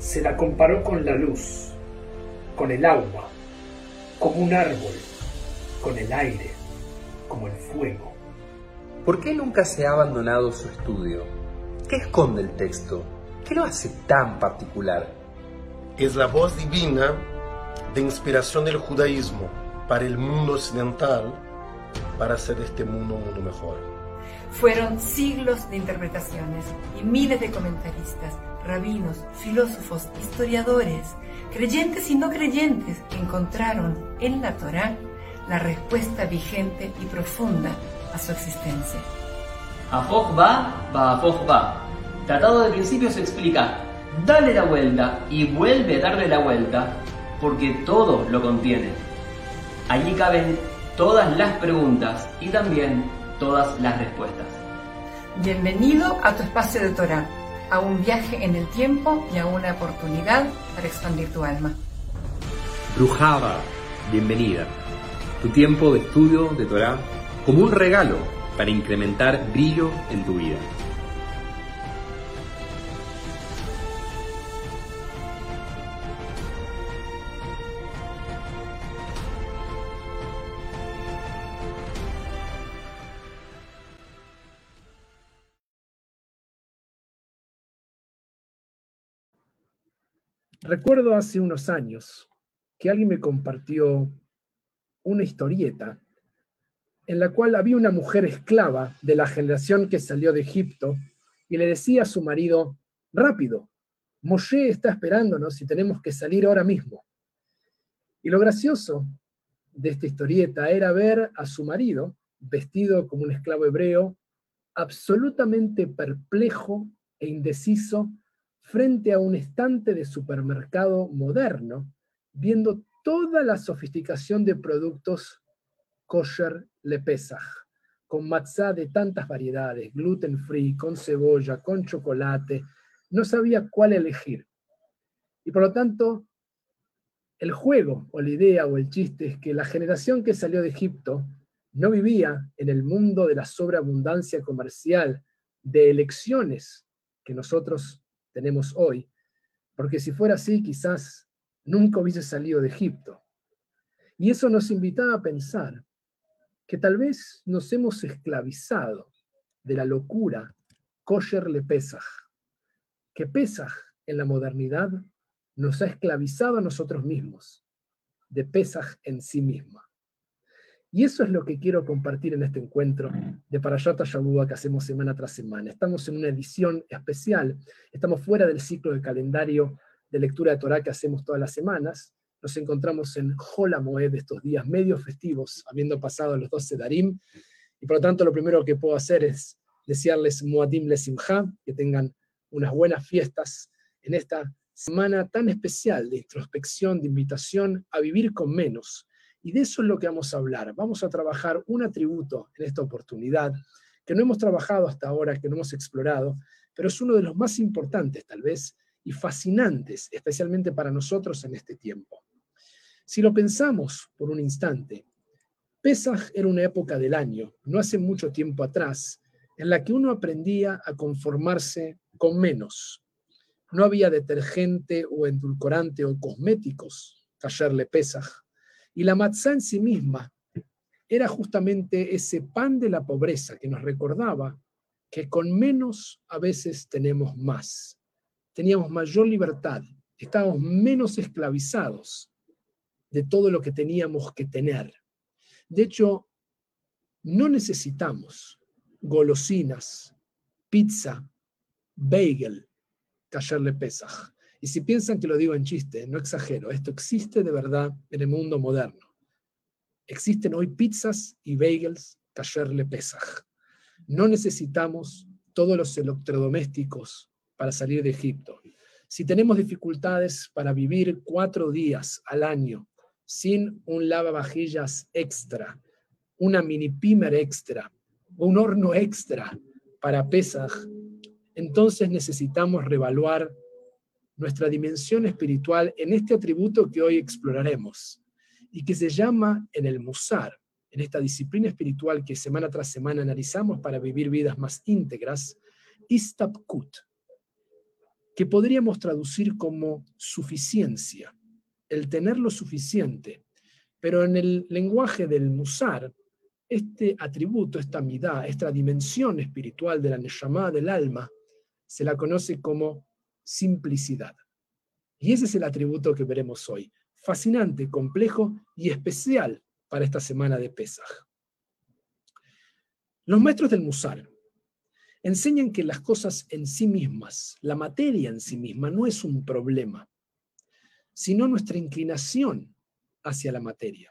Se la comparó con la luz, con el agua, como un árbol, con el aire, como el fuego. ¿Por qué nunca se ha abandonado su estudio? ¿Qué esconde el texto? ¿Qué lo hace tan particular? Es la voz divina de inspiración del judaísmo para el mundo occidental, para hacer de este mundo un mundo mejor. Fueron siglos de interpretaciones y miles de comentaristas, rabinos, filósofos, historiadores, creyentes y no creyentes que encontraron en la Torá la respuesta vigente y profunda a su existencia. Afoch va, Afoch va. Tratado de Principios explica, dale la vuelta y vuelve a darle la vuelta, porque todo lo contiene. Allí caben todas las preguntas y también todas las respuestas. Bienvenido a tu espacio de Torá, a un viaje en el tiempo y a una oportunidad para expandir tu alma. Brujaba, bienvenida. Tu tiempo de estudio de Torá como un regalo para incrementar brillo en tu vida. Recuerdo hace unos años que alguien me compartió una historieta en la cual había una mujer esclava de la generación que salió de Egipto y le decía a su marido, rápido, Moshe está esperándonos y tenemos que salir ahora mismo. Y lo gracioso de esta historieta era ver a su marido, vestido como un esclavo hebreo, absolutamente perplejo e indeciso frente a un estante de supermercado moderno, viendo toda la sofisticación de productos kosher le Pesach, con matzá de tantas variedades, gluten free, con cebolla, con chocolate, no sabía cuál elegir. Y por lo tanto, el juego, o la idea, o el chiste es que la generación que salió de Egipto no vivía en el mundo de la sobreabundancia comercial, de elecciones que nosotros tenemos hoy, porque si fuera así, quizás nunca hubiese salido de Egipto. Y eso nos invitaba a pensar que tal vez nos hemos esclavizado de la locura kosher le Pesach, que Pesach en la modernidad nos ha esclavizado a nosotros mismos, de Pesach en sí misma. Y eso es lo que quiero compartir en este encuentro de Parashat Shavua que hacemos semana tras semana. Estamos en una edición especial, estamos fuera del ciclo de calendario de lectura de Torá que hacemos todas las semanas. Nos encontramos en Hol HaMoed, estos días medio festivos, habiendo pasado los 12 Darim, y por lo tanto lo primero que puedo hacer es desearles Moadim Lesimcha, que tengan unas buenas fiestas en esta semana tan especial de introspección, de invitación a vivir con menos. Y de eso es lo que vamos a hablar. Vamos a trabajar un atributo en esta oportunidad que no hemos trabajado hasta ahora, que no hemos explorado, pero es uno de los más importantes tal vez y fascinantes, especialmente para nosotros en este tiempo. Si lo pensamos por un instante, Pesaj era una época del año, no hace mucho tiempo atrás, en la que uno aprendía a conformarse con menos. No había detergente o endulcorante o cosméticos, kasher le Pesaj, y la matzá en sí misma era justamente ese pan de la pobreza que nos recordaba que con menos a veces tenemos más. Teníamos mayor libertad, estábamos menos esclavizados de todo lo que teníamos que tener. De hecho, no necesitamos golosinas, pizza, bagel, kasher le Pesaj. Y si piensan que lo digo en chiste, no exagero, esto existe de verdad en el mundo moderno. Existen hoy pizzas y bagels kasher le Pesaj. No necesitamos todos los electrodomésticos para salir de Egipto. Si tenemos dificultades para vivir 4 días al año sin un lavavajillas extra, una mini pimer extra, o un horno extra para Pesaj, entonces necesitamos reevaluar nuestra dimensión espiritual en este atributo que hoy exploraremos y que se llama en el Musar, en esta disciplina espiritual que semana tras semana analizamos para vivir vidas más íntegras, Istabkut. que podríamos traducir como suficiencia, el tener lo suficiente. Pero en el lenguaje del Musar, este atributo, esta midá, esta dimensión espiritual de la neshama, del alma, se la conoce como simplicidad. Y ese es el atributo que veremos hoy. Fascinante, complejo y especial para esta semana de Pesaj. Los maestros del Musar enseñan que las cosas en sí mismas, la materia en sí misma, no es un problema, sino nuestra inclinación hacia la materia.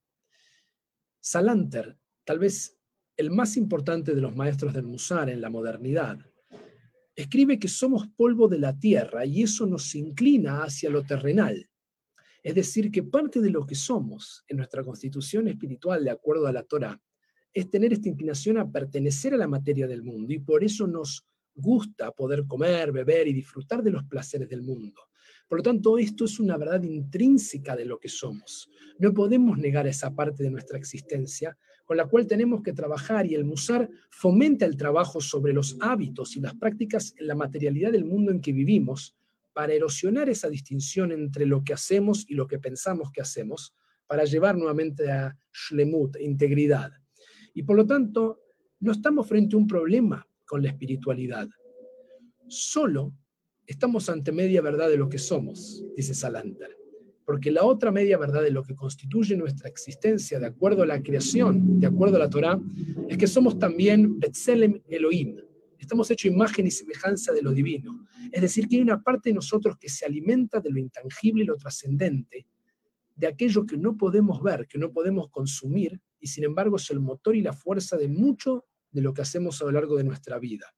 Salanter, tal vez el más importante de los maestros del Musar en la modernidad, escribe que somos polvo de la tierra y eso nos inclina hacia lo terrenal. Es decir, que parte de lo que somos en nuestra constitución espiritual, de acuerdo a la Torá, es tener esta inclinación a pertenecer a la materia del mundo, y por eso nos gusta poder comer, beber y disfrutar de los placeres del mundo. Por lo tanto, esto es una verdad intrínseca de lo que somos. No podemos negar esa parte de nuestra existencia con la cual tenemos que trabajar, y el Musar fomenta el trabajo sobre los hábitos y las prácticas en la materialidad del mundo en que vivimos para erosionar esa distinción entre lo que hacemos y lo que pensamos que hacemos, para llevar nuevamente a shlemut, integridad. Y por lo tanto, no estamos frente a un problema con la espiritualidad. Solo estamos ante media verdad de lo que somos, dice Salanter. Porque la otra media verdad de lo que constituye nuestra existencia, de acuerdo a la creación, de acuerdo a la Torá, es que somos también Betzelem Elohim. Estamos hechos imagen y semejanza de lo divino. Es decir, que hay una parte de nosotros que se alimenta de lo intangible y lo trascendente, de aquello que no podemos ver, que no podemos consumir, y sin embargo es el motor y la fuerza de mucho de lo que hacemos a lo largo de nuestra vida.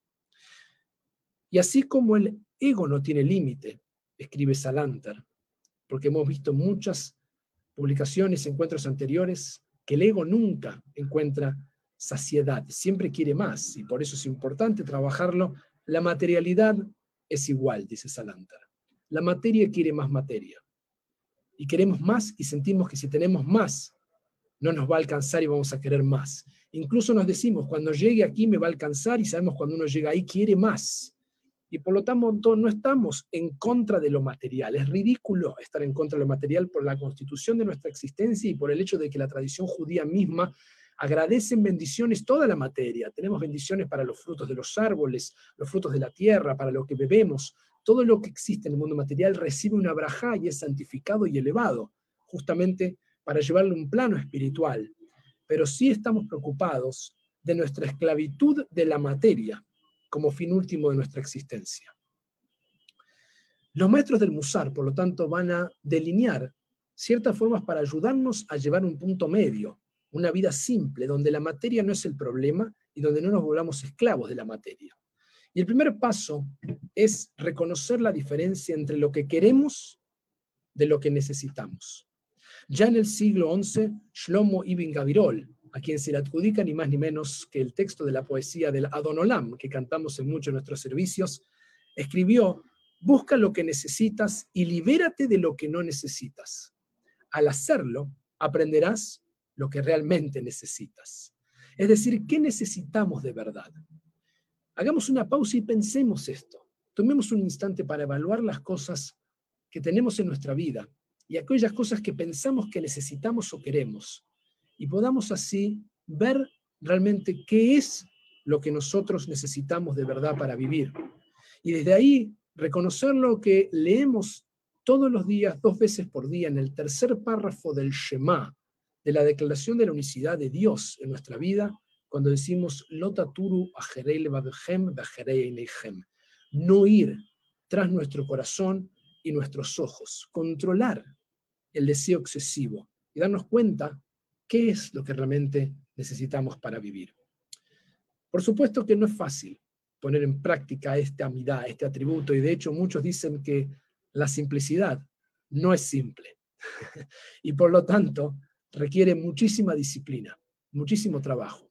Y así como el ego no tiene límite, escribe Salanter, porque hemos visto muchas publicaciones y encuentros anteriores, que el ego nunca encuentra saciedad, siempre quiere más, y por eso es importante trabajarlo. La materialidad es igual, dice Salanter. La materia quiere más materia, y queremos más, y sentimos que si tenemos más, no nos va a alcanzar y vamos a querer más. Incluso nos decimos, cuando llegue aquí me va a alcanzar, y sabemos cuando uno llega ahí quiere más. Y por lo tanto no estamos en contra de lo material. Es ridículo estar en contra de lo material por la constitución de nuestra existencia y por el hecho de que la tradición judía misma agradece en bendiciones toda la materia. Tenemos bendiciones para los frutos de los árboles, los frutos de la tierra, para lo que bebemos. Todo lo que existe en el mundo material recibe una brajá y es santificado y elevado, justamente para llevarle un plano espiritual. Pero sí estamos preocupados de nuestra esclavitud de la materia como fin último de nuestra existencia. Los maestros del Musar, por lo tanto, van a delinear ciertas formas para ayudarnos a llevar un punto medio, una vida simple, donde la materia no es el problema y donde no nos volvamos esclavos de la materia. Y el primer paso es reconocer la diferencia entre lo que queremos de lo que necesitamos. Ya en el siglo XI, Shlomo Ibn Gabirol, a quien se le adjudica ni más ni menos que el texto de la poesía del Adon Olam, que cantamos en muchos de nuestros servicios, escribió: busca lo que necesitas y libérate de lo que no necesitas. Al hacerlo, aprenderás lo que realmente necesitas. Es decir, ¿qué necesitamos de verdad? Hagamos una pausa y pensemos esto. Tomemos un instante para evaluar las cosas que tenemos en nuestra vida y aquellas cosas que pensamos que necesitamos o queremos, y podamos así ver realmente qué es lo que nosotros necesitamos de verdad para vivir. Y desde ahí reconocer lo que leemos todos los días, 2 veces por día, en el tercer párrafo del Shema, de la declaración de la unicidad de Dios en nuestra vida, cuando decimos Lo taturu ajerei levavechem veajerei eineichem, no ir tras nuestro corazón y nuestros ojos, controlar el deseo excesivo y darnos cuenta qué es lo que realmente necesitamos para vivir. Por supuesto que no es fácil poner en práctica esta amidad, este atributo, y de hecho muchos dicen que la simplicidad no es simple y por lo tanto requiere muchísima disciplina, muchísimo trabajo.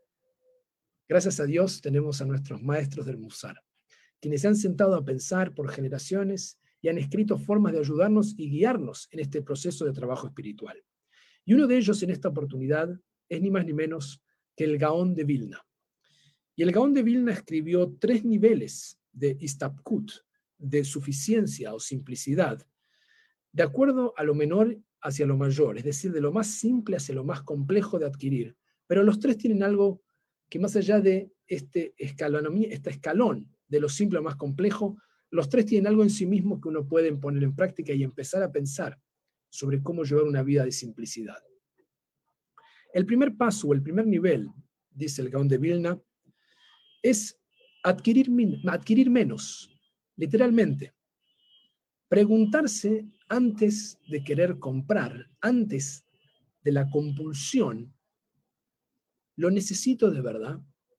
Gracias a Dios tenemos a nuestros maestros del Musar, quienes se han sentado a pensar por generaciones y han escrito formas de ayudarnos y guiarnos en este proceso de trabajo espiritual. Y uno de ellos en esta oportunidad es ni más ni menos que el Gaón de Vilna. Y el Gaón de Vilna escribió 3 niveles de Istapkut, de suficiencia o simplicidad, de acuerdo a lo menor hacia lo mayor, es decir, de lo más simple hacia lo más complejo de adquirir. Pero los tres tienen algo que, más allá de este escalón de lo simple a lo más complejo, los tres tienen algo en sí mismos que uno puede poner en práctica y empezar a pensar sobre cómo llevar una vida de simplicidad. El primer paso o el primer nivel, dice el Gaón de Vilna, es adquirir menos, literalmente. Preguntarse antes de querer comprar, antes de la compulsión, ¿lo necesito de verdad?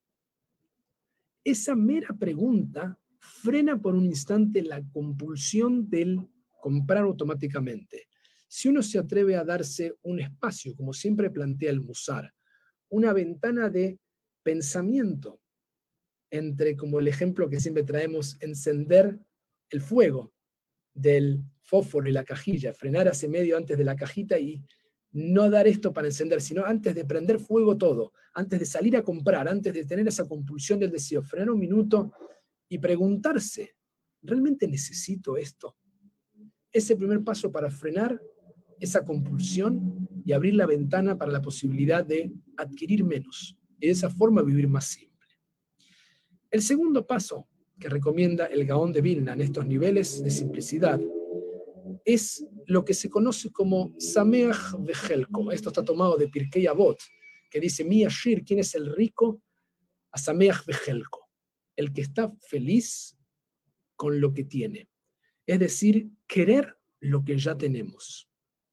Esa mera pregunta frena por un instante la compulsión del comprar automáticamente. Si uno se atreve a darse un espacio, como siempre plantea el Musar, una ventana de pensamiento entre, como el ejemplo que siempre traemos, encender el fuego del fósforo y la cajilla, frenar hace medio antes de la cajita y no dar esto para encender, sino antes de prender fuego todo, antes de salir a comprar, antes de tener esa compulsión del deseo, frenar un minuto y preguntarse, ¿realmente necesito esto? Ese primer paso para frenar esa compulsión y abrir la ventana para la posibilidad de adquirir menos y de esa forma vivir más simple. El segundo paso que recomienda el Gaón de Vilna en estos niveles de simplicidad es lo que se conoce como Sameach Vejelko. Esto está tomado de Pirkei Avot, que dice, Mi Ashir, ¿quién es el rico? A Sameach Vejelko, el que está feliz con lo que tiene. Es decir, querer lo que ya tenemos.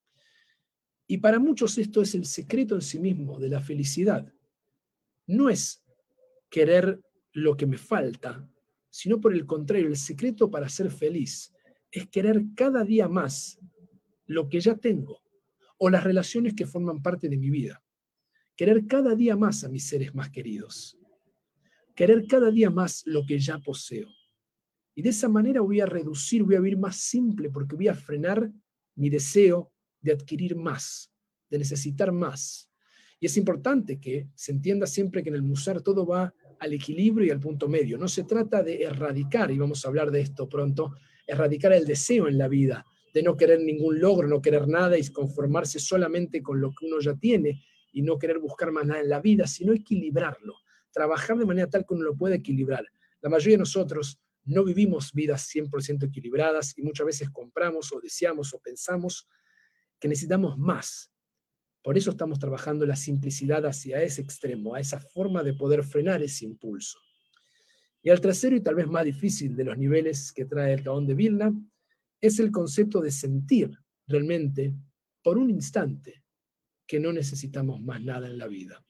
Y para muchos esto es el secreto en sí mismo de la felicidad. No es querer lo que me falta, sino por el contrario, el secreto para ser feliz es querer cada día más lo que ya tengo o las relaciones que forman parte de mi vida. Querer cada día más a mis seres más queridos. Querer cada día más lo que ya poseo. Y de esa manera voy a reducir, voy a vivir más simple porque voy a frenar mi deseo de adquirir más, de necesitar más. Y es importante que se entienda siempre que en el Musar todo va al equilibrio y al punto medio. No se trata de erradicar, y vamos a hablar de esto pronto, erradicar el deseo en la vida, de no querer ningún logro, no querer nada y conformarse solamente con lo que uno ya tiene y no querer buscar más nada en la vida, sino equilibrarlo, trabajar de manera tal que uno lo pueda equilibrar. La mayoría de nosotros no vivimos vidas 100% equilibradas y muchas veces compramos o deseamos o pensamos que necesitamos más. Por eso estamos trabajando la simplicidad hacia ese extremo, a esa forma de poder frenar ese impulso. Y el tercero y tal vez más difícil de los niveles que trae el Gaón de Vilna es el concepto de sentir realmente por un instante que no necesitamos más nada en la vida.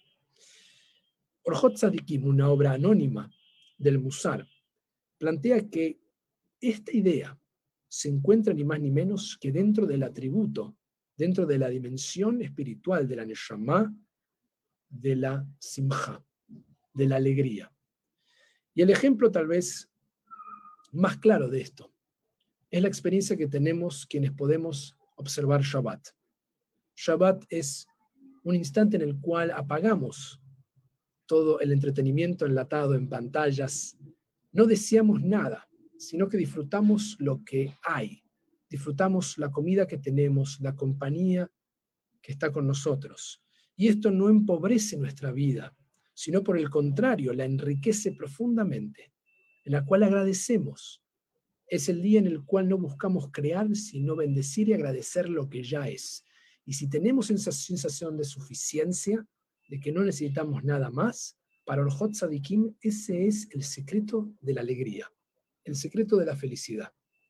Orjot Tzadikim, una obra anónima del Musar, plantea que esta idea se encuentra ni más ni menos que dentro del atributo, dentro de la dimensión espiritual de la Neshama, de la Simcha, de la alegría. Y el ejemplo tal vez más claro de esto es la experiencia que tenemos quienes podemos observar Shabbat. Shabbat es un instante en el cual apagamos todo el entretenimiento enlatado en pantallas, no deseamos nada, sino que disfrutamos lo que hay, disfrutamos la comida que tenemos, la compañía que está con nosotros. Y esto no empobrece nuestra vida, sino por el contrario, la enriquece profundamente, en la cual agradecemos. Es el día en el cual no buscamos crear, sino bendecir y agradecer lo que ya es. Y si tenemos esa sensación de suficiencia, de que no necesitamos nada más, para Orjot Tzadikim ese es el secreto de la alegría, el secreto de la felicidad.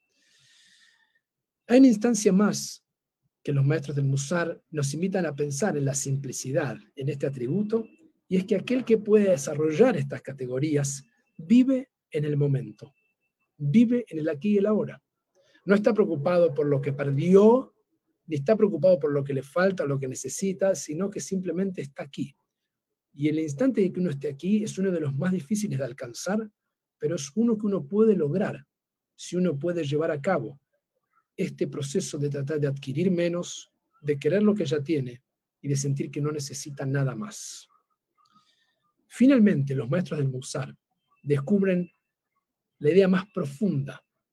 Hay una instancia más que los maestros del Musar nos invitan a pensar en la simplicidad, en este atributo, y es que aquel que puede desarrollar estas categorías vive en el momento, vive en el aquí y el ahora. No está preocupado por lo que perdió, ni está preocupado por lo que le falta o lo que necesita, sino que simplemente está aquí. Y el instante de que uno esté aquí es uno de los más difíciles de alcanzar, pero es uno que uno puede lograr, si uno puede llevar a cabo este proceso de tratar de adquirir menos, de querer lo que ya tiene y de sentir que no necesita nada más. Finalmente, los maestros del Musar descubren la idea más profunda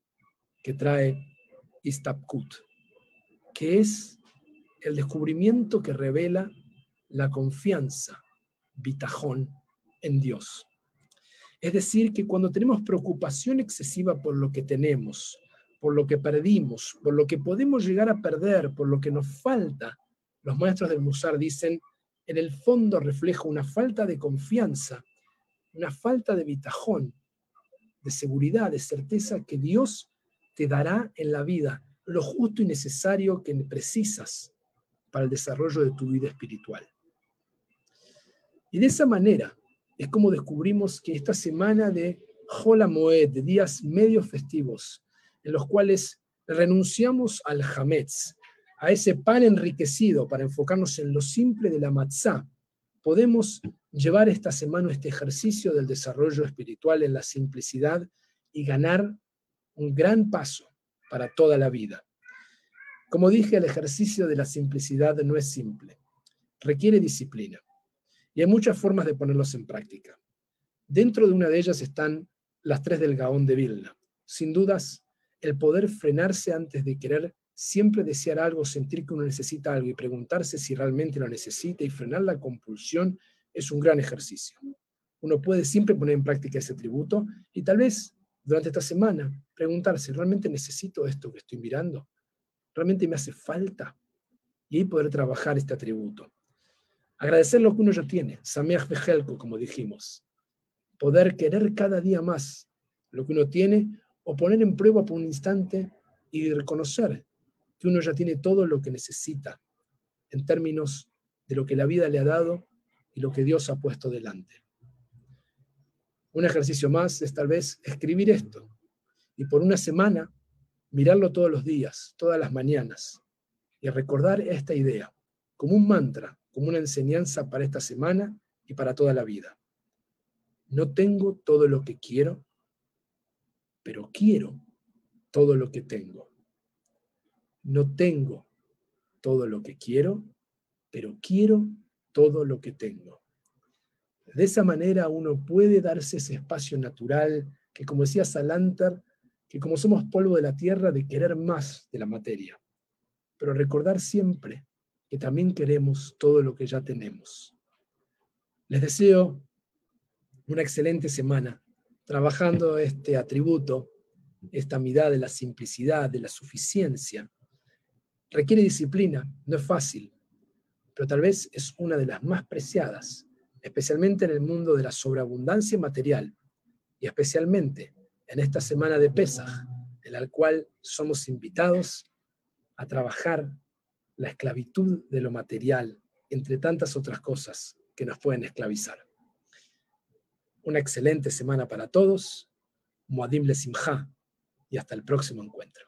que trae Istabkut, que es el descubrimiento que revela la confianza, bitajón, en Dios. Es decir, que cuando tenemos preocupación excesiva por lo que tenemos, por lo que perdimos, por lo que podemos llegar a perder, por lo que nos falta, los maestros del Musar dicen, en el fondo refleja una falta de confianza, una falta de bitajón, de seguridad, de certeza que Dios te dará en la vida lo justo y necesario que precisas para el desarrollo de tu vida espiritual. Y de esa manera es como descubrimos que esta semana de Hol HaMoed, de días medios festivos, en los cuales renunciamos al hametz, a ese pan enriquecido para enfocarnos en lo simple de la matzá, podemos llevar esta semana este ejercicio del desarrollo espiritual en la simplicidad y ganar un gran paso para toda la vida. Como dije, el ejercicio de la simplicidad no es simple, requiere disciplina. Y hay muchas formas de ponerlos en práctica. Dentro de una de ellas están las 3 del Gaón de Vilna. Sin dudas, el poder frenarse antes de querer siempre desear algo, sentir que uno necesita algo y preguntarse si realmente lo necesita y frenar la compulsión es un gran ejercicio. Uno puede siempre poner en práctica ese tributo y tal vez durante esta semana preguntarse, ¿realmente necesito esto que estoy mirando? ¿Realmente me hace falta? Y ahí poder trabajar este atributo. Agradecer lo que uno ya tiene, Sameach Bejelko, como dijimos. Poder querer cada día más lo que uno tiene o poner en prueba por un instante y reconocer que uno ya tiene todo lo que necesita en términos de lo que la vida le ha dado y lo que Dios ha puesto delante. Un ejercicio más es tal vez escribir esto y por una semana mirarlo todos los días, todas las mañanas y recordar esta idea como un mantra, como una enseñanza para esta semana y para toda la vida. No tengo todo lo que quiero, pero quiero todo lo que tengo. No tengo todo lo que quiero, pero quiero todo lo que tengo. De esa manera uno puede darse ese espacio natural que, como decía Salanter, que como somos polvo de la tierra, de querer más de la materia, pero recordar siempre que también queremos todo lo que ya tenemos. Les deseo una excelente semana, trabajando este atributo, esta mirada de la simplicidad, de la suficiencia. Requiere disciplina, no es fácil, pero tal vez es una de las más preciadas, especialmente en el mundo de la sobreabundancia material, y especialmente en esta semana de Pesaj, en la cual somos invitados a trabajar la esclavitud de lo material, entre tantas otras cosas que nos pueden esclavizar. Una excelente semana para todos, Moadim Lesimcha, y hasta el próximo encuentro.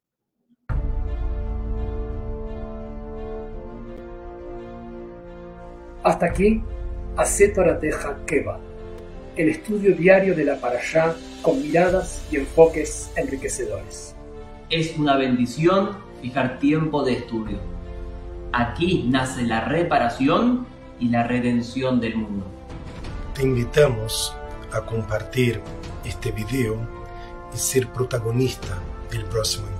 Hasta aquí, Hacé Torateja Keva, el estudio diario de la Parashá con miradas y enfoques enriquecedores. Es una bendición fijar tiempo de estudio. Aquí nace la reparación y la redención del mundo. Te invitamos a compartir este video y ser protagonista del próximo encuentro.